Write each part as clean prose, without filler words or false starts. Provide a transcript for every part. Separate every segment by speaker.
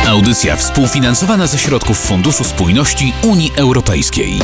Speaker 1: Audycja współfinansowana ze środków Funduszu Spójności Unii Europejskiej.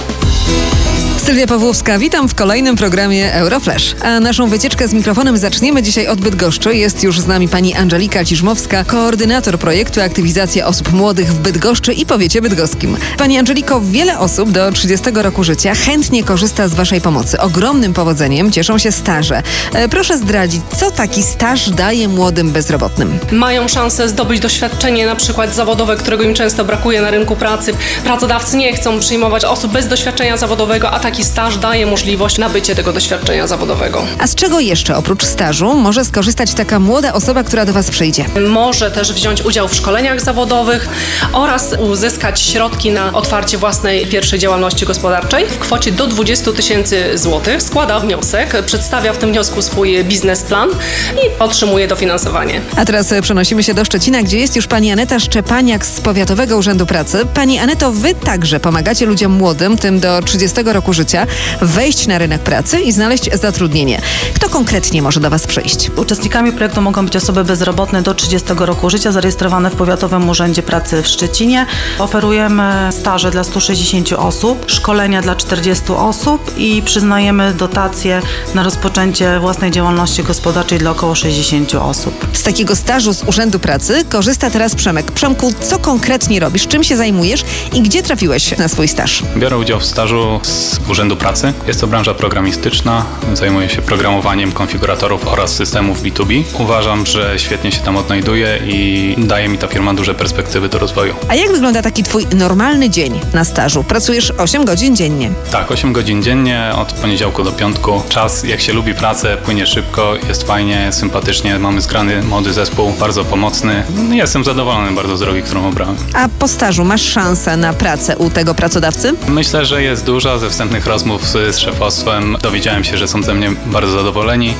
Speaker 2: Sylwia Pawłowska, witam w kolejnym programie Euroflash. A naszą wycieczkę z mikrofonem zaczniemy dzisiaj od Bydgoszczy. Jest już z nami pani Angelika Ciżmowska, koordynator projektu Aktywizacja Osób Młodych w Bydgoszczy i powiecie bydgoskim. Pani Angeliko, wiele osób do 30 roku życia chętnie korzysta z waszej pomocy. Ogromnym powodzeniem cieszą się staże. Proszę zdradzić, co taki staż daje młodym bezrobotnym?
Speaker 3: Mają szansę zdobyć doświadczenie na przykład zawodowe, którego im często brakuje na rynku pracy. Pracodawcy nie chcą przyjmować osób bez doświadczenia zawodowego, a taki staż daje możliwość nabycia tego doświadczenia zawodowego.
Speaker 2: A z czego jeszcze oprócz stażu może skorzystać taka młoda osoba, która do was przyjdzie?
Speaker 3: Może też wziąć udział w szkoleniach zawodowych oraz uzyskać środki na otwarcie własnej pierwszej działalności gospodarczej w kwocie do 20 000 złotych. Składa wniosek, przedstawia w tym wniosku swój biznesplan i otrzymuje dofinansowanie.
Speaker 2: A teraz przenosimy się do Szczecina, gdzie jest już pani Aneta Szczepaniak z Powiatowego Urzędu Pracy. Pani Aneto, wy także pomagacie ludziom młodym, tym do 30 roku życia, wejść na rynek pracy i znaleźć zatrudnienie. Kto konkretnie może do was przyjść?
Speaker 4: Uczestnikami projektu mogą być osoby bezrobotne do 30 roku życia, zarejestrowane w Powiatowym Urzędzie Pracy w Szczecinie. Oferujemy staże dla 160 osób, szkolenia dla 40 osób i przyznajemy dotacje na rozpoczęcie własnej działalności gospodarczej dla około 60 osób.
Speaker 2: Z takiego stażu z Urzędu Pracy korzysta teraz Przemek. Przemku, co konkretnie robisz? Czym się zajmujesz i gdzie trafiłeś na swój staż?
Speaker 5: Biorę udział w stażu z Urzędu Pracy. Jest to branża programistyczna. Zajmuję się programowaniem konfiguratorów oraz systemów B2B. Uważam, że świetnie się tam odnajduję i daje mi ta firma duże perspektywy do rozwoju.
Speaker 2: A jak wygląda taki twój normalny dzień na stażu? Pracujesz 8 godzin dziennie.
Speaker 5: Tak, 8 godzin dziennie, od poniedziałku do piątku. Czas, jak się lubi pracę, płynie szybko, jest fajnie, sympatycznie. Mamy zgrany młody zespół, bardzo pomocny. Jestem zadowolony bardzo z drogi, którą obrałem.
Speaker 2: A po stażu masz szansę na pracę u tego pracodawcy?
Speaker 5: Myślę, że jest duża. Ze wstępnych rozmów z szefostwem dowiedziałem się, że są ze mnie bardzo zadowoleni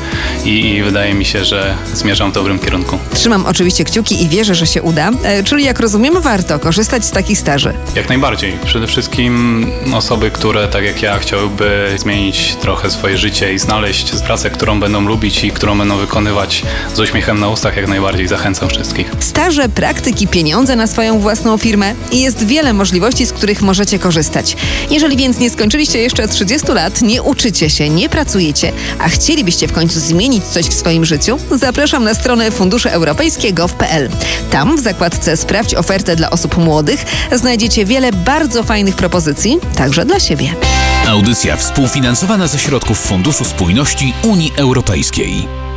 Speaker 5: i wydaje mi się, że zmierzam w dobrym kierunku.
Speaker 2: Trzymam oczywiście kciuki i wierzę, że się uda. Czyli jak rozumiem, warto korzystać z takich staży.
Speaker 5: Jak najbardziej. Przede wszystkim osoby, które tak jak ja chciałyby zmienić trochę swoje życie i znaleźć pracę, którą będą lubić i którą będą wykonywać z uśmiechem na ustach, jak najbardziej zachęcam wszystkich.
Speaker 2: Staże, praktyki, pieniądze na swoją własną firmę i jest wiele możliwości, z których możecie korzystać. Jeżeli więc nie skończyliście jeszcze 30 lat, nie uczycie się, nie pracujecie, a chcielibyście w końcu zmienić coś w swoim życiu, zapraszam na stronę funduszeuropejskie.gov.pl. Tam w zakładce Sprawdź ofertę dla osób młodych znajdziecie wiele bardzo fajnych propozycji, także dla siebie.
Speaker 1: Audycja współfinansowana ze środków Funduszu Spójności Unii Europejskiej.